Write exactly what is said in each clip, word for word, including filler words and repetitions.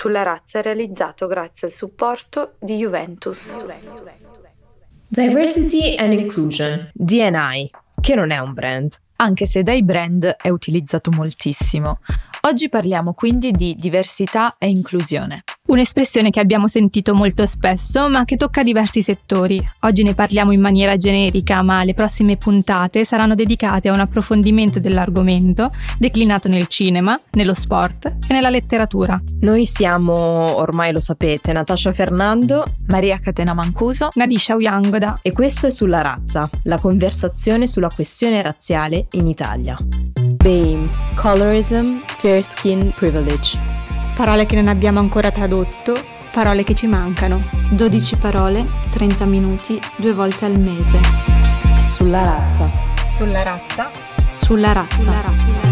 sulla razza è realizzato grazie al supporto di Juventus. Diversity and Inclusion, D and I, che non è un brand. Anche se dai brand è utilizzato moltissimo. Oggi parliamo quindi di diversità e inclusione. Un'espressione che abbiamo sentito molto spesso, ma che tocca diversi settori. Oggi ne parliamo in maniera generica, ma le prossime puntate saranno dedicate a un approfondimento dell'argomento, declinato nel cinema, nello sport e nella letteratura. Noi siamo, ormai lo sapete, Natascia Fernando, Maria Catena Mancuso, Nadisha Uyangoda. E questo è Sulla Razza, la conversazione sulla questione razziale in Italia. B A M, Colorism, Fair Skin Privilege. Parole che non abbiamo ancora tradotto, parole che ci mancano. dodici parole, trenta minuti, due volte al mese. Sulla razza. Sulla razza. Sulla razza. Sulla razza.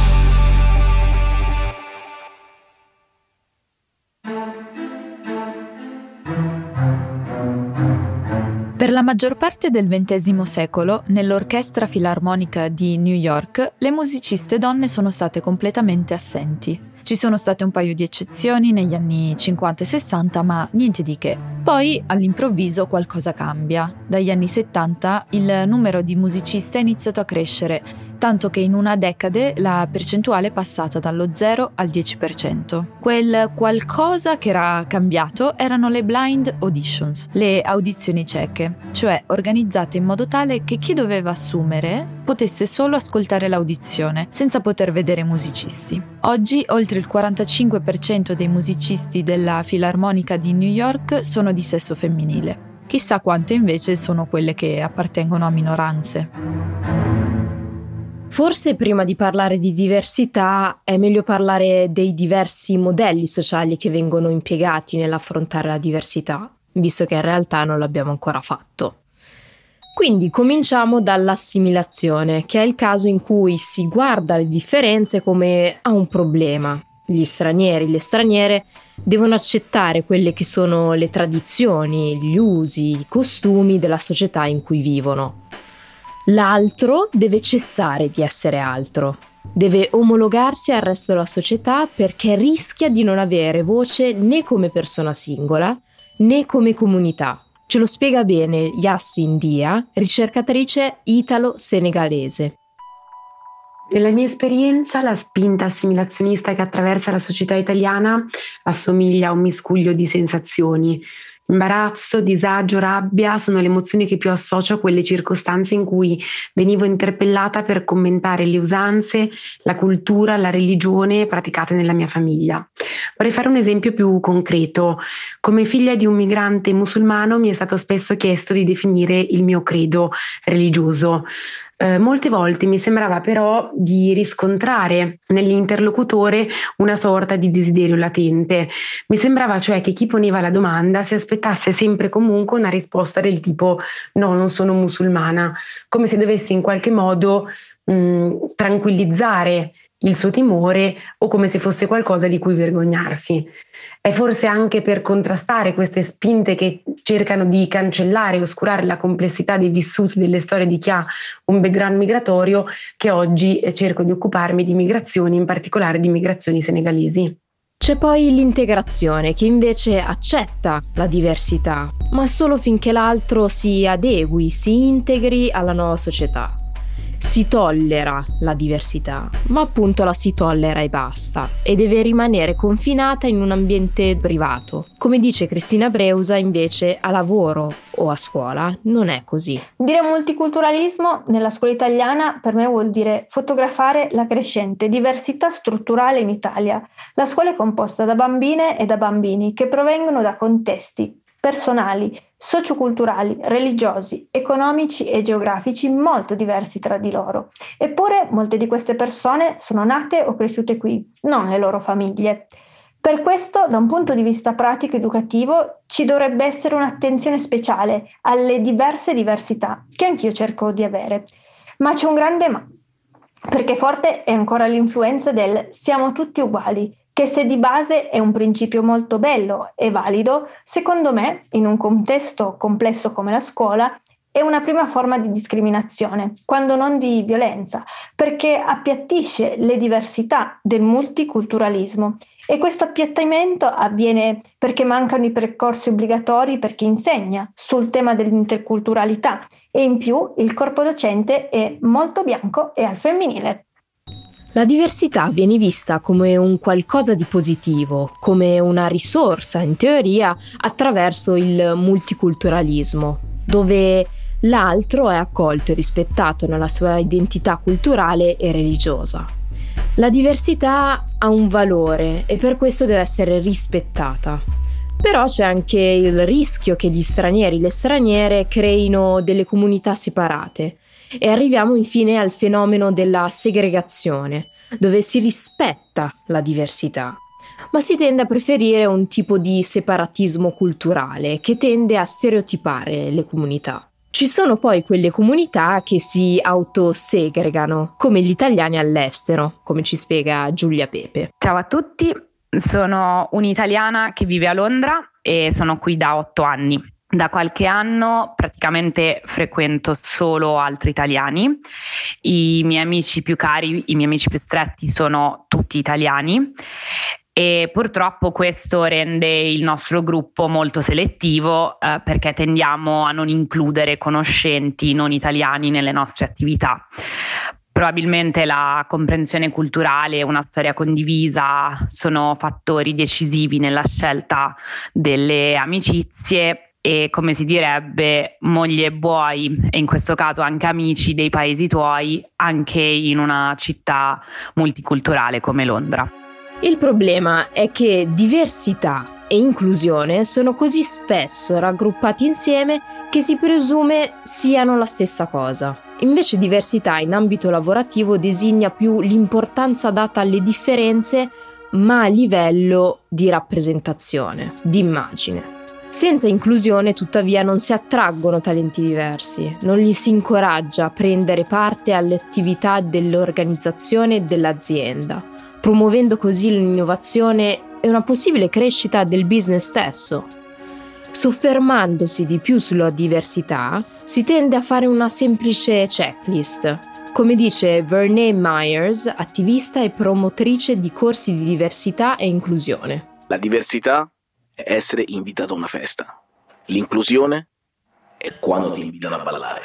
Per la maggior parte del ventesimo secolo, nell'Orchestra Filarmonica di New York, le musiciste donne sono state completamente assenti. Ci sono state un paio di eccezioni negli anni cinquanta e sessanta, ma niente di che. Poi, all'improvviso, qualcosa cambia. Dagli anni settanta il numero di musiciste ha iniziato a crescere, tanto che in una decade la percentuale è passata dallo zero al dieci per cento. Quel qualcosa che era cambiato erano le blind auditions, le audizioni cieche, cioè organizzate in modo tale che chi doveva assumere potesse solo ascoltare l'audizione, senza poter vedere i musicisti. Oggi oltre il quarantacinque per cento dei musicisti della Filarmonica di New York sono di sesso femminile. Chissà quante invece sono quelle che appartengono a minoranze. Forse prima di parlare di diversità è meglio parlare dei diversi modelli sociali che vengono impiegati nell'affrontare la diversità, visto che in realtà non l'abbiamo ancora fatto. Quindi cominciamo dall'assimilazione, che è il caso in cui si guarda le differenze come a un problema. Gli stranieri, le straniere devono accettare quelle che sono le tradizioni, gli usi, i costumi della società in cui vivono. L'altro deve cessare di essere altro, deve omologarsi al resto della società perché rischia di non avere voce né come persona singola né come comunità. Ce lo spiega bene Yassin Dia, ricercatrice italo-senegalese. Nella mia esperienza, la spinta assimilazionista che attraversa la società italiana assomiglia a un miscuglio di sensazioni. Imbarazzo, disagio, rabbia sono le emozioni che più associo a quelle circostanze in cui venivo interpellata per commentare le usanze, la cultura, la religione praticate nella mia famiglia. Vorrei fare un esempio più concreto. Come figlia di un migrante musulmano mi è stato spesso chiesto di definire il mio credo religioso. Eh, molte volte mi sembrava però di riscontrare nell'interlocutore una sorta di desiderio latente. Mi sembrava cioè che chi poneva la domanda si aspettasse sempre comunque una risposta del tipo no, non sono musulmana, come se dovessi in qualche modo mh, tranquillizzare il suo timore o come se fosse qualcosa di cui vergognarsi. È forse anche per contrastare queste spinte che cercano di cancellare e oscurare la complessità dei vissuti delle storie di chi ha un background migratorio che oggi cerco di occuparmi di migrazioni, in particolare di migrazioni senegalesi. C'è poi l'integrazione, che invece accetta la diversità, ma solo finché l'altro si adegui, si integri alla nuova società. Si tollera la diversità, ma appunto la si tollera e basta, e deve rimanere confinata in un ambiente privato. Come dice Cristina Breusa, invece, a lavoro o a scuola non è così. Dire multiculturalismo nella scuola italiana per me vuol dire fotografare la crescente diversità strutturale in Italia. La scuola è composta da bambine e da bambini che provengono da contesti personali, socioculturali, religiosi, economici e geografici molto diversi tra di loro. Eppure molte di queste persone sono nate o cresciute qui, non le loro famiglie. Per questo, da un punto di vista pratico educativo, ci dovrebbe essere un'attenzione speciale alle diverse diversità, che anch'io cerco di avere. Ma c'è un grande ma, perché forte è ancora l'influenza del siamo tutti uguali, che se di base è un principio molto bello e valido, secondo me, in un contesto complesso come la scuola, è una prima forma di discriminazione, quando non di violenza, perché appiattisce le diversità del multiculturalismo. E questo appiattimento avviene perché mancano i percorsi obbligatori per chi insegna sul tema dell'interculturalità e in più il corpo docente è molto bianco e al femminile. La diversità viene vista come un qualcosa di positivo, come una risorsa, in teoria, attraverso il multiculturalismo, dove l'altro è accolto e rispettato nella sua identità culturale e religiosa. La diversità ha un valore e per questo deve essere rispettata. Però c'è anche il rischio che gli stranieri e le straniere creino delle comunità separate. E arriviamo infine al fenomeno della segregazione, dove si rispetta la diversità, ma si tende a preferire un tipo di separatismo culturale che tende a stereotipare le comunità. Ci sono poi quelle comunità che si autosegregano, come gli italiani all'estero, come ci spiega Giulia Pepe. Ciao a tutti, sono un'italiana che vive a Londra e sono qui da otto anni. Da qualche anno praticamente frequento solo altri italiani. I miei amici più cari, i miei amici più stretti sono tutti italiani e purtroppo questo rende il nostro gruppo molto selettivo eh, perché tendiamo a non includere conoscenti non italiani nelle nostre attività. Probabilmente la comprensione culturale e una storia condivisa sono fattori decisivi nella scelta delle amicizie e, come si direbbe, moglie e buoi, e in questo caso anche amici dei paesi tuoi, anche in una città multiculturale come Londra. Il problema è che diversità e inclusione sono così spesso raggruppati insieme che si presume siano la stessa cosa. Invece diversità in ambito lavorativo designa più l'importanza data alle differenze, ma a livello di rappresentazione, di immagine. Senza inclusione, tuttavia, non si attraggono talenti diversi, non li si incoraggia a prendere parte alle attività dell'organizzazione e dell'azienda, promuovendo così l'innovazione e una possibile crescita del business stesso. Soffermandosi di più sulla diversità, si tende a fare una semplice checklist. Come dice Vernee Myers, attivista e promotrice di corsi di diversità e inclusione. La diversità è essere invitato a una festa. L'inclusione è quando ti invitano a ballare.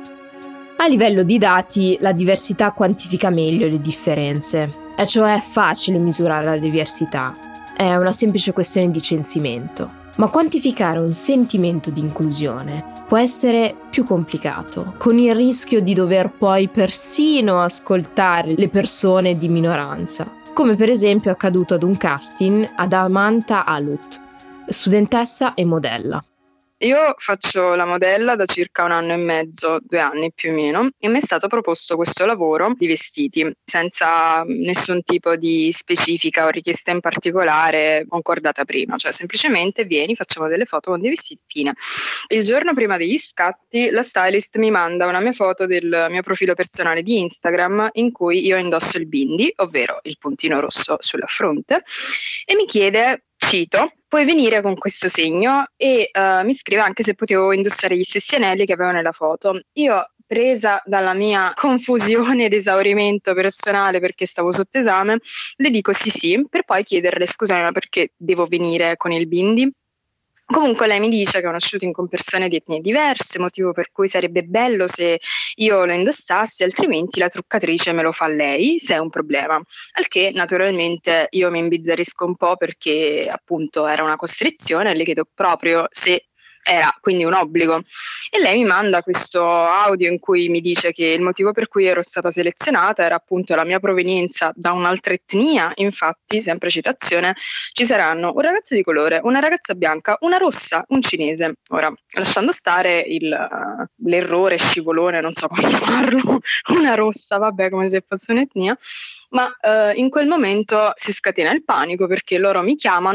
A livello di dati, la diversità quantifica meglio le differenze, e cioè è facile misurare la diversità. È una semplice questione di censimento. Ma quantificare un sentimento di inclusione può essere più complicato, con il rischio di dover poi persino ascoltare le persone di minoranza, come per esempio è accaduto ad un casting ad Amanta Alut, studentessa e modella. Io faccio la modella da circa un anno e mezzo, due anni più o meno, e mi è stato proposto questo lavoro di vestiti, senza nessun tipo di specifica o richiesta in particolare concordata prima, cioè semplicemente vieni, facciamo delle foto con dei vestiti, fine. Il giorno prima degli scatti la stylist mi manda una mia foto del mio profilo personale di Instagram in cui io indosso il bindi, ovvero il puntino rosso sulla fronte, e mi chiede, cito, puoi venire con questo segno, e uh, mi scrive anche se potevo indossare gli stessi anelli che avevo nella foto. Io, presa dalla mia confusione ed esaurimento personale perché stavo sotto esame, le dico sì sì, per poi chiederle scusami ma perché devo venire con il bindi? Comunque lei mi dice che è uno shooting con persone di etnie diverse, motivo per cui sarebbe bello se io lo indossassi, altrimenti la truccatrice me lo fa lei, se è un problema. Al che naturalmente io mi imbizzarisco un po' perché appunto era una costrizione e le chiedo proprio se era quindi un obbligo. E lei mi manda questo audio in cui mi dice che il motivo per cui ero stata selezionata era appunto la mia provenienza da un'altra etnia. Infatti, sempre citazione, ci saranno un ragazzo di colore, una ragazza bianca, una rossa, un cinese. Ora, lasciando stare il, uh, l'errore scivolone, non so come chiamarlo, una rossa, vabbè, come se fosse un'etnia, ma uh, in quel momento si scatena il panico perché loro mi chiamano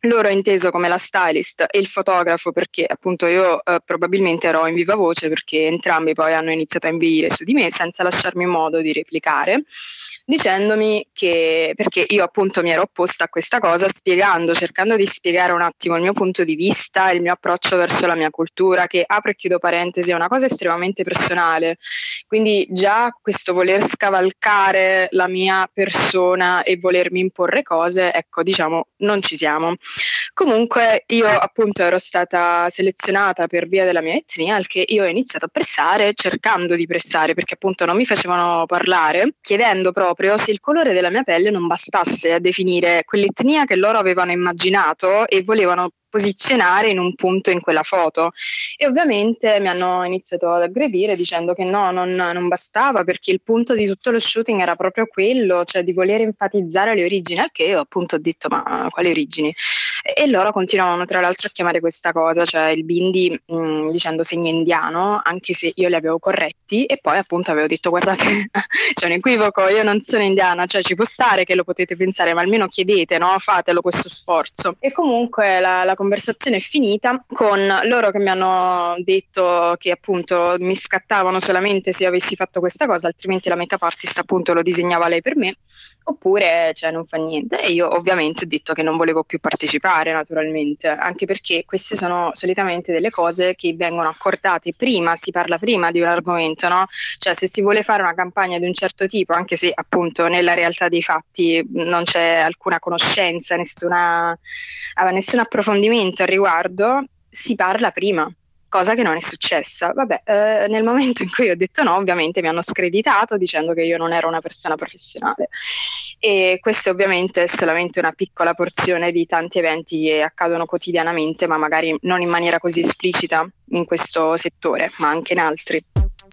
loro inteso come la stylist e il fotografo, perché appunto io eh, probabilmente ero in viva voce, perché entrambi poi hanno iniziato a inveire su di me senza lasciarmi modo di replicare, dicendomi che, perché io appunto mi ero opposta a questa cosa, spiegando, cercando di spiegare un attimo il mio punto di vista, il mio approccio verso la mia cultura, che, apro e chiudo parentesi, è una cosa estremamente personale, quindi già questo voler scavalcare la mia persona e volermi imporre cose, ecco, diciamo, non ci siamo. Comunque io appunto ero stata selezionata per via della mia etnia, al che io ho iniziato a pressare, cercando di pressare, perché appunto non mi facevano parlare, chiedendo proprio se il colore della mia pelle non bastasse a definire quell'etnia che loro avevano immaginato e volevano posizionare in un punto in quella foto. E ovviamente mi hanno iniziato ad aggredire dicendo che no, non, non bastava, perché il punto di tutto lo shooting era proprio quello, cioè di voler enfatizzare le origini, al che io appunto ho detto ma quali origini? E loro continuavano tra l'altro a chiamare questa cosa, cioè il bindi, mh, dicendo segno indiano, anche se io li avevo corretti, e poi appunto avevo detto guardate c'è un equivoco, io non sono indiana, cioè ci può stare che lo potete pensare, ma almeno chiedete, no? Fatelo questo sforzo. E comunque la, la conversazione è finita con loro che mi hanno detto che appunto mi scattavano solamente se io avessi fatto questa cosa, altrimenti la make-up artist appunto lo disegnava lei per me, oppure cioè non fa niente. E io ovviamente ho detto che non volevo più partecipare, naturalmente, anche perché queste sono solitamente delle cose che vengono accordate prima, si parla prima di un argomento, no? Cioè se si vuole fare una campagna di un certo tipo, anche se appunto nella realtà dei fatti non c'è alcuna conoscenza, nessuna, nessun approfondimento al riguardo, si parla prima, cosa che non è successa. Vabbè, eh, nel momento in cui ho detto no, ovviamente mi hanno screditato dicendo che io non ero una persona professionale, e questo ovviamente è solamente una piccola porzione di tanti eventi che accadono quotidianamente, ma magari non in maniera così esplicita in questo settore, ma anche in altri.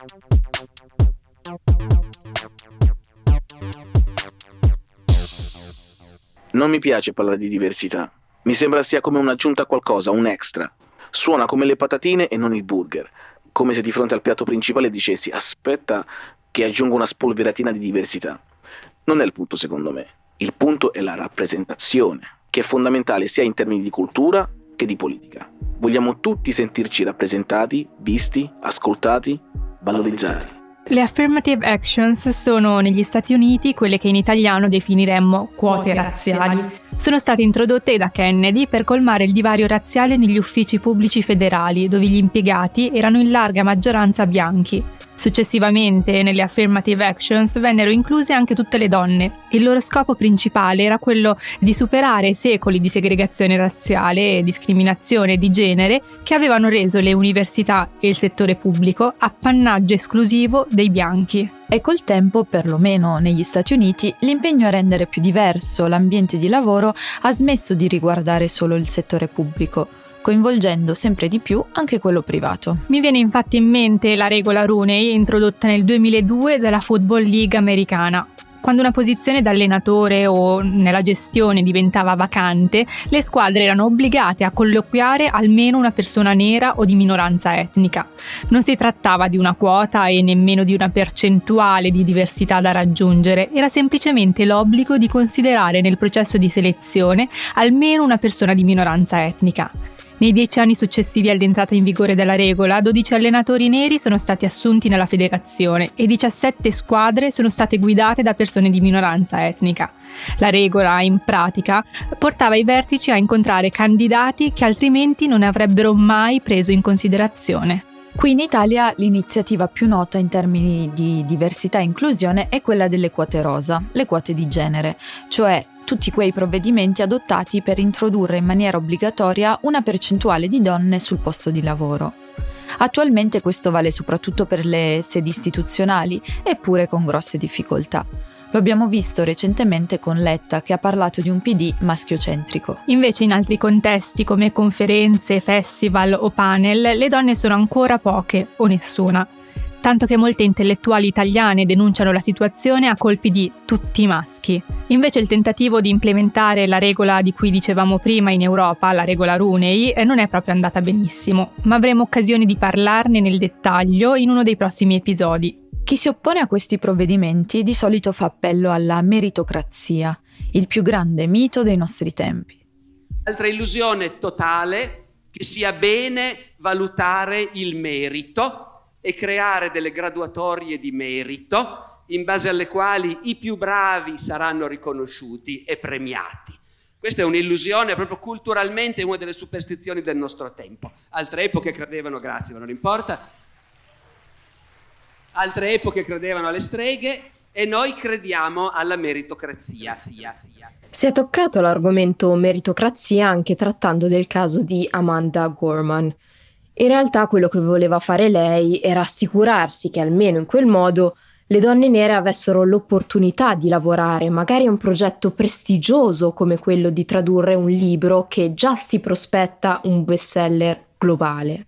Non mi piace parlare di diversità. Mi sembra sia come un'aggiunta a qualcosa, un extra. Suona come le patatine e non il burger. Come se di fronte al piatto principale dicessi aspetta che aggiungo una spolveratina di diversità. Non è il punto, secondo me. Il punto è la rappresentazione, che è fondamentale sia in termini di cultura che di politica. Vogliamo tutti sentirci rappresentati, visti, ascoltati, valorizzati. Le affirmative actions sono negli Stati Uniti quelle che in italiano definiremmo quote razziali. Sono state introdotte da Kennedy per colmare il divario razziale negli uffici pubblici federali, dove gli impiegati erano in larga maggioranza bianchi. Successivamente, nelle affirmative actions vennero incluse anche tutte le donne. Il loro scopo principale era quello di superare secoli di segregazione razziale e discriminazione di genere che avevano reso le università e il settore pubblico appannaggio esclusivo dei bianchi. E col tempo, perlomeno negli Stati Uniti, l'impegno a rendere più diverso l'ambiente di lavoro ha smesso di riguardare solo il settore pubblico, coinvolgendo sempre di più anche quello privato. Mi viene infatti in mente la regola Rooney introdotta nel duemiladue dalla Football League americana. Quando una posizione da allenatore o nella gestione diventava vacante, le squadre erano obbligate a colloquiare almeno una persona nera o di minoranza etnica. Non si trattava di una quota e nemmeno di una percentuale di diversità da raggiungere, era semplicemente l'obbligo di considerare nel processo di selezione almeno una persona di minoranza etnica. Nei dieci anni successivi all'entrata in vigore della regola, dodici allenatori neri sono stati assunti nella federazione e diciassette squadre sono state guidate da persone di minoranza etnica. La regola, in pratica, portava i vertici a incontrare candidati che altrimenti non avrebbero mai preso in considerazione. Qui in Italia l'iniziativa più nota in termini di diversità e inclusione è quella delle quote rosa, le quote di genere, cioè tutti quei provvedimenti adottati per introdurre in maniera obbligatoria una percentuale di donne sul posto di lavoro. Attualmente questo vale soprattutto per le sedi istituzionali, eppure con grosse difficoltà. Lo abbiamo visto recentemente con Letta, che ha parlato di un P D maschiocentrico. Invece in altri contesti come conferenze, festival o panel, le donne sono ancora poche o nessuna. Tanto che molte intellettuali italiane denunciano la situazione a colpi di tutti maschi. Invece il tentativo di implementare la regola di cui dicevamo prima in Europa, la regola Rooney, non è proprio andata benissimo, ma avremo occasione di parlarne nel dettaglio in uno dei prossimi episodi. Chi si oppone a questi provvedimenti di solito fa appello alla meritocrazia, il più grande mito dei nostri tempi. Altra illusione totale, che sia bene valutare il merito e creare delle graduatorie di merito in base alle quali i più bravi saranno riconosciuti e premiati. Questa è un'illusione, proprio culturalmente una delle superstizioni del nostro tempo. Altre epoche credevano, grazie, ma non importa, altre epoche credevano alle streghe e noi crediamo alla meritocrazia. Si è toccato l'argomento meritocrazia anche trattando del caso di Amanda Gorman. In realtà quello che voleva fare lei era assicurarsi che almeno in quel modo le donne nere avessero l'opportunità di lavorare magari a un progetto prestigioso come quello di tradurre un libro che già si prospetta un bestseller globale.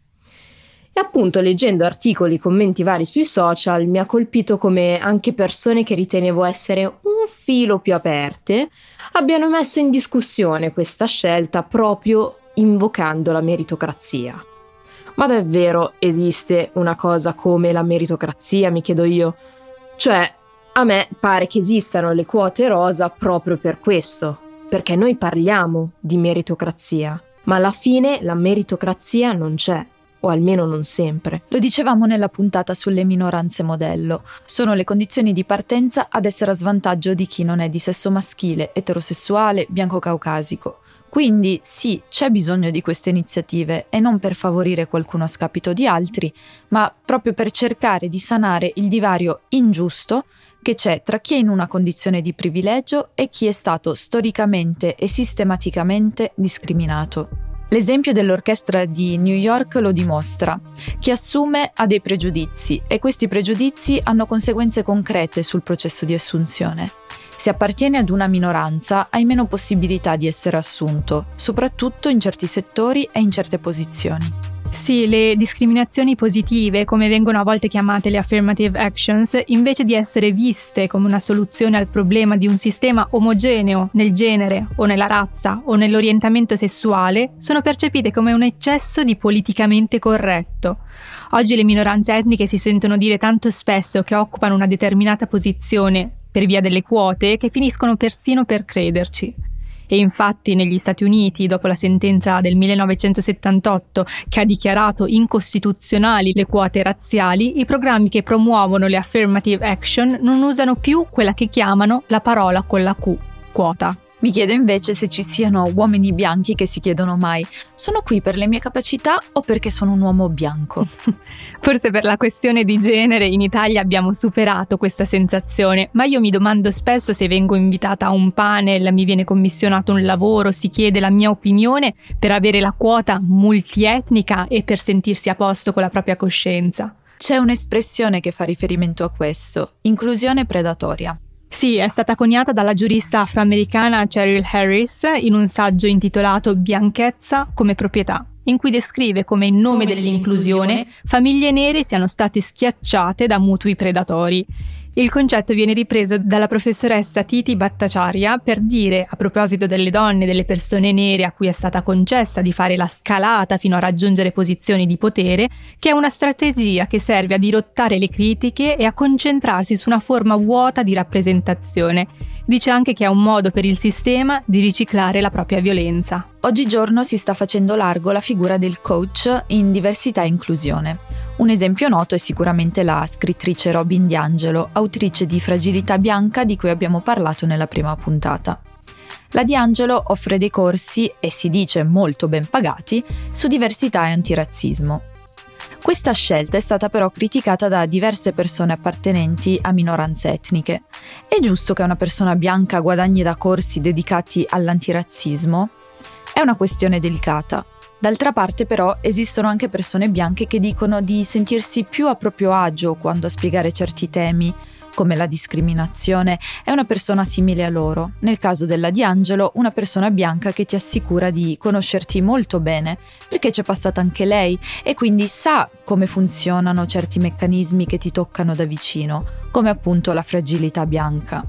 E appunto, leggendo articoli, commenti vari sui social, mi ha colpito come anche persone che ritenevo essere un filo più aperte abbiano messo in discussione questa scelta proprio invocando la meritocrazia. Ma davvero esiste una cosa come la meritocrazia, mi chiedo io? Cioè, a me pare che esistano le quote rosa proprio per questo, perché noi parliamo di meritocrazia, ma alla fine la meritocrazia non c'è. O almeno non sempre. Lo dicevamo nella puntata sulle minoranze modello. Sono le condizioni di partenza ad essere a svantaggio di chi non è di sesso maschile, eterosessuale, bianco-caucasico. Quindi sì, c'è bisogno di queste iniziative e non per favorire qualcuno a scapito di altri, ma proprio per cercare di sanare il divario ingiusto che c'è tra chi è in una condizione di privilegio e chi è stato storicamente e sistematicamente discriminato. L'esempio dell'orchestra di New York lo dimostra. Chi assume ha dei pregiudizi e questi pregiudizi hanno conseguenze concrete sul processo di assunzione. Se appartiene ad una minoranza hai meno possibilità di essere assunto, soprattutto in certi settori e in certe posizioni. Sì, le discriminazioni positive, come vengono a volte chiamate le affirmative actions, invece di essere viste come una soluzione al problema di un sistema omogeneo nel genere o nella razza o nell'orientamento sessuale, sono percepite come un eccesso di politicamente corretto. Oggi le minoranze etniche si sentono dire tanto spesso che occupano una determinata posizione per via delle quote che finiscono persino per crederci. E infatti negli Stati Uniti, dopo la sentenza del millenovecentosettantotto che ha dichiarato incostituzionali le quote razziali, i programmi che promuovono le affirmative action non usano più quella che chiamano la parola con la Q, quota. Mi chiedo invece se ci siano uomini bianchi che si chiedono mai: sono qui per le mie capacità o perché sono un uomo bianco? Forse per la questione di genere in Italia abbiamo superato questa sensazione, ma io mi domando spesso se vengo invitata a un panel, mi viene commissionato un lavoro, si chiede la mia opinione per avere la quota multietnica e per sentirsi a posto con la propria coscienza. C'è un'espressione che fa riferimento a questo: inclusione predatoria. Sì, è stata coniata dalla giurista afroamericana Cheryl Harris in un saggio intitolato Bianchezza come proprietà, in cui descrive come in nome dell'inclusione famiglie nere siano state schiacciate da mutui predatori. Il concetto viene ripreso dalla professoressa Titi Bhattacharya per dire, a proposito delle donne e delle persone nere a cui è stata concessa di fare la scalata fino a raggiungere posizioni di potere, che è una strategia che serve a dirottare le critiche e a concentrarsi su una forma vuota di rappresentazione. Dice anche che è un modo per il sistema di riciclare la propria violenza. Oggigiorno si sta facendo largo la figura del coach in diversità e inclusione. Un esempio noto è sicuramente la scrittrice Robin DiAngelo, autrice di Fragilità Bianca di cui abbiamo parlato nella prima puntata. La DiAngelo offre dei corsi, e si dice molto ben pagati, su diversità e antirazzismo. Questa scelta è stata però criticata da diverse persone appartenenti a minoranze etniche. È giusto che una persona bianca guadagni da corsi dedicati all'antirazzismo? È una questione delicata. D'altra parte però esistono anche persone bianche che dicono di sentirsi più a proprio agio quando a spiegare certi temi, come la discriminazione, è una persona simile a loro. Nel caso della DiAngelo, una persona bianca che ti assicura di conoscerti molto bene, perché c'è passata anche lei e quindi sa come funzionano certi meccanismi che ti toccano da vicino, come appunto la fragilità bianca.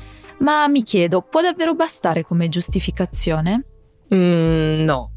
Ma mi chiedo, può davvero bastare come giustificazione? Mm, no.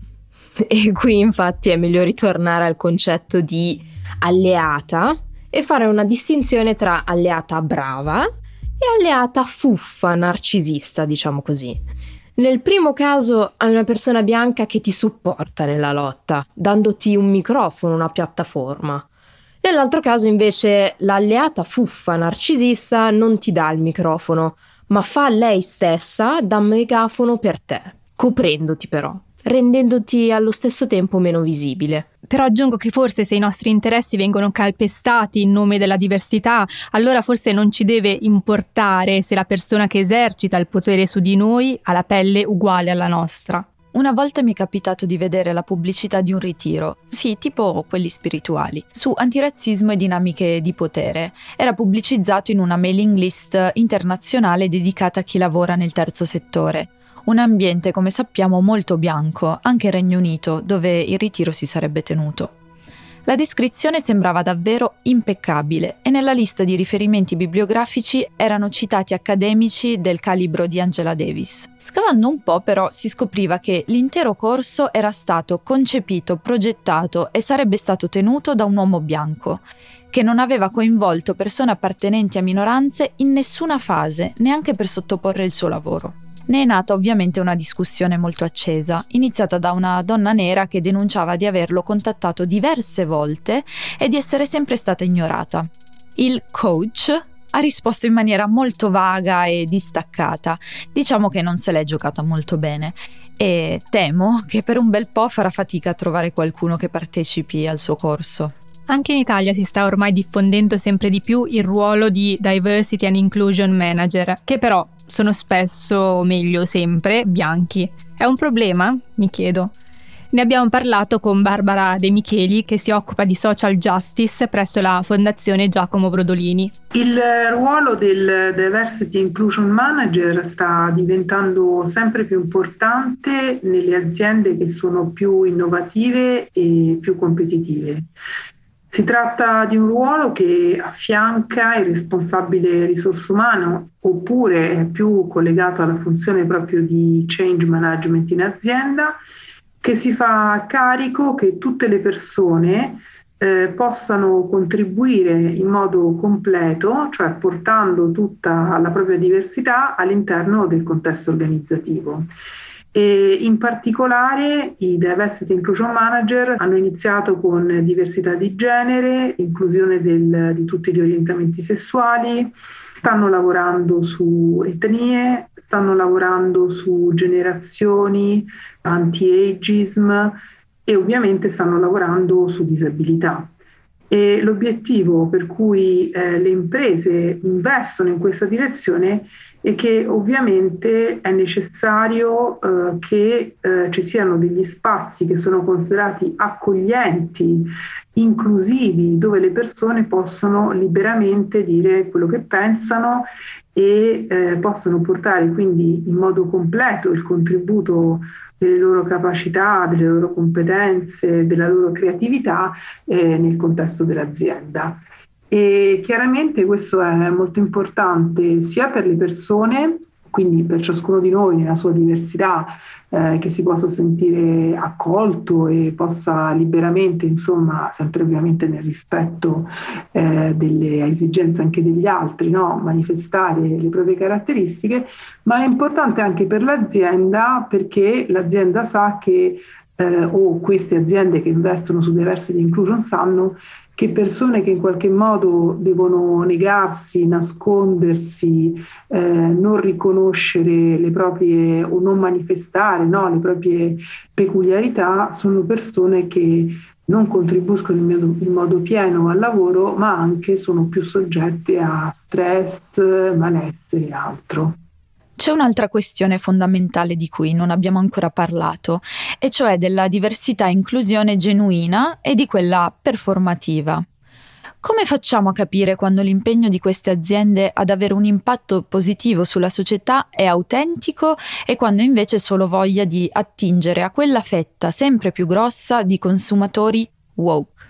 E qui infatti è meglio ritornare al concetto di alleata e fare una distinzione tra alleata brava e alleata fuffa, narcisista, diciamo così. Nel primo caso hai una persona bianca che ti supporta nella lotta, dandoti un microfono, una piattaforma. Nell'altro caso invece l'alleata fuffa narcisista non ti dà il microfono, ma fa lei stessa da megafono per te, coprendoti però, rendendoti allo stesso tempo meno visibile. Però aggiungo che forse se i nostri interessi vengono calpestati in nome della diversità, allora forse non ci deve importare se la persona che esercita il potere su di noi ha la pelle uguale alla nostra. Una volta mi è capitato di vedere la pubblicità di un ritiro, sì, tipo quelli spirituali, su antirazzismo e dinamiche di potere. Era pubblicizzato in una mailing list internazionale dedicata a chi lavora nel terzo settore. Un ambiente, come sappiamo, molto bianco, anche in Regno Unito, dove il ritiro si sarebbe tenuto. La descrizione sembrava davvero impeccabile e nella lista di riferimenti bibliografici erano citati accademici del calibro di Angela Davis. Scavando un po' però si scopriva che l'intero corso era stato concepito, progettato e sarebbe stato tenuto da un uomo bianco, che non aveva coinvolto persone appartenenti a minoranze in nessuna fase, neanche per sottoporre il suo lavoro. Ne è nata ovviamente una discussione molto accesa, iniziata da una donna nera che denunciava di averlo contattato diverse volte e di essere sempre stata ignorata. Il coach ha risposto in maniera molto vaga e distaccata, diciamo che non se l'è giocata molto bene e temo che per un bel po' farà fatica a trovare qualcuno che partecipi al suo corso. Anche in Italia si sta ormai diffondendo sempre di più il ruolo di Diversity and Inclusion Manager, che però sono spesso, o meglio sempre, bianchi. È un problema? Mi chiedo. Ne abbiamo parlato con Barbara De Micheli, che si occupa di social justice presso la Fondazione Giacomo Brodolini. Il ruolo del Diversity Inclusion Manager sta diventando sempre più importante nelle aziende che sono più innovative e più competitive. Si tratta di un ruolo che affianca il responsabile risorse umano oppure è più collegato alla funzione proprio di change management in azienda, che si fa carico che tutte le persone eh, possano contribuire in modo completo, cioè portando tutta la propria diversità all'interno del contesto organizzativo. E in particolare i Diversity Inclusion Manager hanno iniziato con diversità di genere, inclusione del, di tutti gli orientamenti sessuali, stanno lavorando su etnie, stanno lavorando su generazioni, anti-ageism e ovviamente stanno lavorando su disabilità. E l'obiettivo per cui eh, le imprese investono in questa direzione è che ovviamente è necessario eh, che eh, ci siano degli spazi che sono considerati accoglienti, inclusivi, dove le persone possono liberamente dire quello che pensano e eh, possono portare quindi in modo completo il contributo delle loro capacità, delle loro competenze, della loro creatività eh, nel contesto dell'azienda. E chiaramente questo è molto importante sia per le persone, quindi per ciascuno di noi nella sua diversità, eh, che si possa sentire accolto e possa liberamente, insomma, sempre ovviamente nel rispetto eh, delle esigenze anche degli altri, no? Manifestare le proprie caratteristiche, ma è importante anche per l'azienda perché l'azienda sa che, eh, o queste aziende che investono su diversity inclusion sanno che persone che in qualche modo devono negarsi, nascondersi, eh, non riconoscere le proprie o non manifestare no, le proprie peculiarità, sono persone che non contribuiscono in modo, in modo pieno al lavoro, ma anche sono più soggette a stress, malessere e altro. C'è un'altra questione fondamentale di cui non abbiamo ancora parlato, e cioè della diversità e inclusione genuina e di quella performativa. Come facciamo a capire quando l'impegno di queste aziende ad avere un impatto positivo sulla società è autentico e quando invece è solo voglia di attingere a quella fetta sempre più grossa di consumatori woke?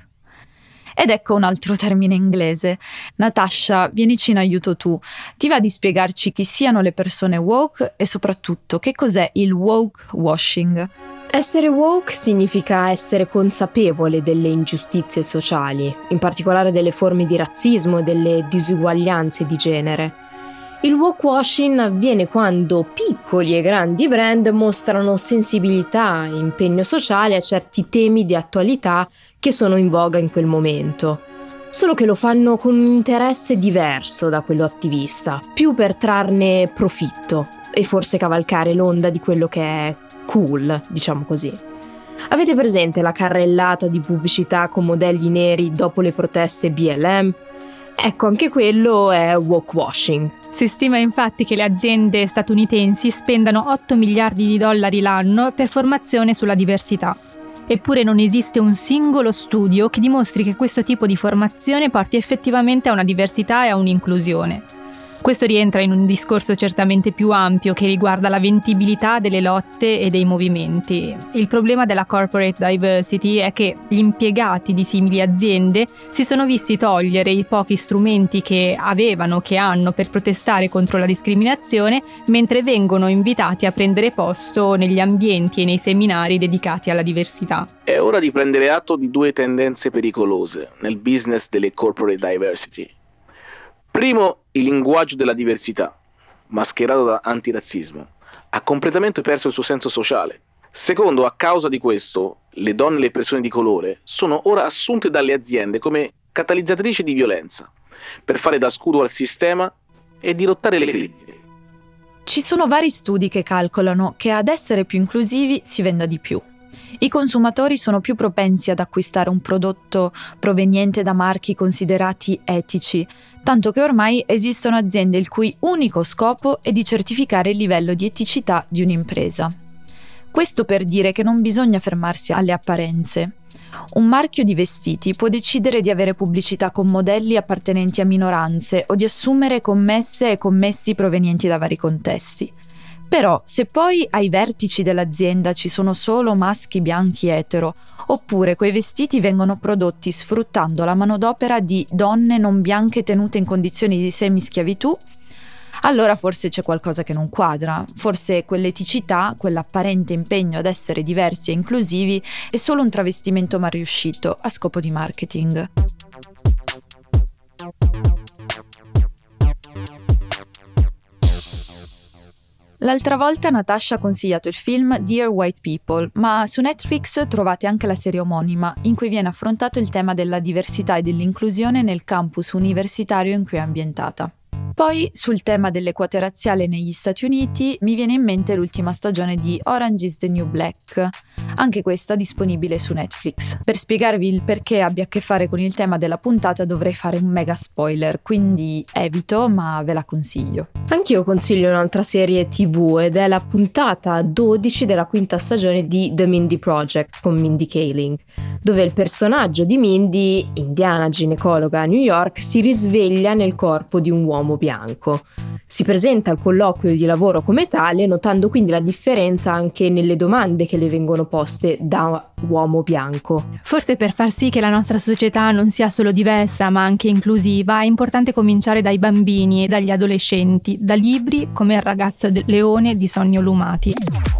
Ed ecco un altro termine inglese. Natasha, vienici in aiuto tu. Ti va di spiegarci chi siano le persone woke e soprattutto che cos'è il woke washing? Essere woke significa essere consapevole delle ingiustizie sociali, in particolare delle forme di razzismo e delle disuguaglianze di genere. Il wok-washing avviene quando piccoli e grandi brand mostrano sensibilità e impegno sociale a certi temi di attualità che sono in voga in quel momento. Solo che lo fanno con un interesse diverso da quello attivista, più per trarne profitto e forse cavalcare l'onda di quello che è cool, diciamo così. Avete presente la carrellata di pubblicità con modelli neri dopo le proteste B L M? Ecco, anche quello è wok-washing. Si stima infatti che le aziende statunitensi spendano otto miliardi di dollari l'anno per formazione sulla diversità. Eppure non esiste un singolo studio che dimostri che questo tipo di formazione porti effettivamente a una diversità e a un'inclusione. Questo rientra in un discorso certamente più ampio che riguarda la vendibilità delle lotte e dei movimenti. Il problema della corporate diversity è che gli impiegati di simili aziende si sono visti togliere i pochi strumenti che avevano, che hanno per protestare contro la discriminazione, mentre vengono invitati a prendere posto negli ambienti e nei seminari dedicati alla diversità. È ora di prendere atto di due tendenze pericolose nel business delle corporate diversity. Primo, il linguaggio della diversità, mascherato da antirazzismo, ha completamente perso il suo senso sociale. Secondo, a causa di questo, le donne e le persone di colore sono ora assunte dalle aziende come catalizzatrici di violenza, per fare da scudo al sistema e dirottare le critiche. Ci sono vari studi che calcolano che ad essere più inclusivi si venda di più. I consumatori sono più propensi ad acquistare un prodotto proveniente da marchi considerati etici, tanto che ormai esistono aziende il cui unico scopo è di certificare il livello di eticità di un'impresa. Questo per dire che non bisogna fermarsi alle apparenze. Un marchio di vestiti può decidere di avere pubblicità con modelli appartenenti a minoranze o di assumere commesse e commessi provenienti da vari contesti. Però, se poi ai vertici dell'azienda ci sono solo maschi bianchi etero, oppure quei vestiti vengono prodotti sfruttando la manodopera di donne non bianche tenute in condizioni di semischiavitù, allora forse c'è qualcosa che non quadra. Forse quell'eticità, quell'apparente impegno ad essere diversi e inclusivi è solo un travestimento mal riuscito a scopo di marketing. L'altra volta Natasha ha consigliato il film Dear White People, ma su Netflix trovate anche la serie omonima, in cui viene affrontato il tema della diversità e dell'inclusione nel campus universitario in cui è ambientata. Poi, sul tema delle quote razziali negli Stati Uniti, mi viene in mente l'ultima stagione di Orange is the New Black, anche questa disponibile su Netflix. Per spiegarvi il perché abbia a che fare con il tema della puntata dovrei fare un mega spoiler, quindi evito, ma ve la consiglio. Anch'io consiglio un'altra serie tivù ed è la puntata dodici della quinta stagione di The Mindy Project con Mindy Kaling, dove il personaggio di Mindy, indiana ginecologa a New York, si risveglia nel corpo di un uomo bianco. Si presenta al colloquio di lavoro come tale, notando quindi la differenza anche nelle domande che le vengono poste da uomo bianco. Forse per far sì che la nostra società non sia solo diversa ma anche inclusiva, è importante cominciare dai bambini e dagli adolescenti, da libri come Il ragazzo del leone di Sonja Olumati.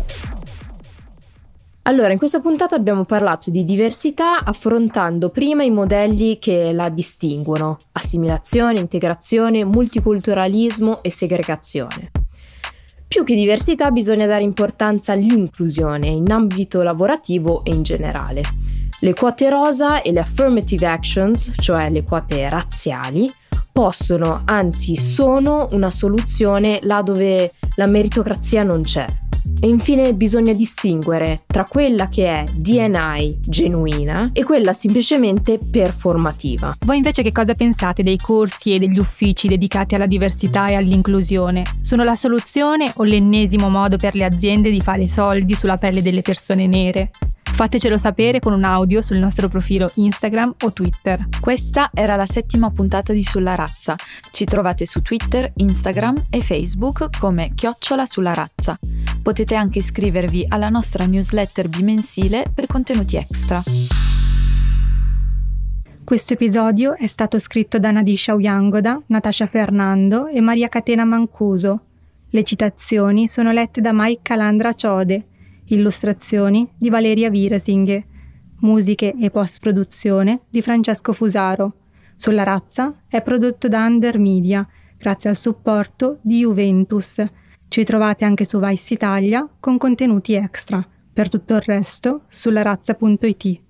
Allora, in questa puntata abbiamo parlato di diversità affrontando prima i modelli che la distinguono: assimilazione, integrazione, multiculturalismo e segregazione. Più che diversità bisogna dare importanza all'inclusione in ambito lavorativo e in generale. Le quote rosa e le affirmative actions, cioè le quote razziali, possono, anzi sono una soluzione là dove la meritocrazia non c'è. E infine bisogna distinguere tra quella che è D and I genuina e quella semplicemente performativa. Voi invece che cosa pensate dei corsi e degli uffici dedicati alla diversità e all'inclusione? Sono la soluzione o l'ennesimo modo per le aziende di fare soldi sulla pelle delle persone nere? Fatecelo sapere con un audio sul nostro profilo Instagram o Twitter. Questa era la settima puntata di Sulla Razza. Ci trovate su Twitter, Instagram e Facebook come chiocciola sulla razza. Potete anche iscrivervi alla nostra newsletter bimensile per contenuti extra. Questo episodio è stato scritto da Nadisha Uyangoda, Natasha Fernando e Maria Catena Mancuso. Le citazioni sono lette da Mike Calandra Ciode. Illustrazioni di Valeria Virasinghe, musiche e post-produzione di Francesco Fusaro. Sulla Razza è prodotto da Under Media, grazie al supporto di Juventus. Ci trovate anche su Vice Italia con contenuti extra. Per tutto il resto, sulla razza punto it.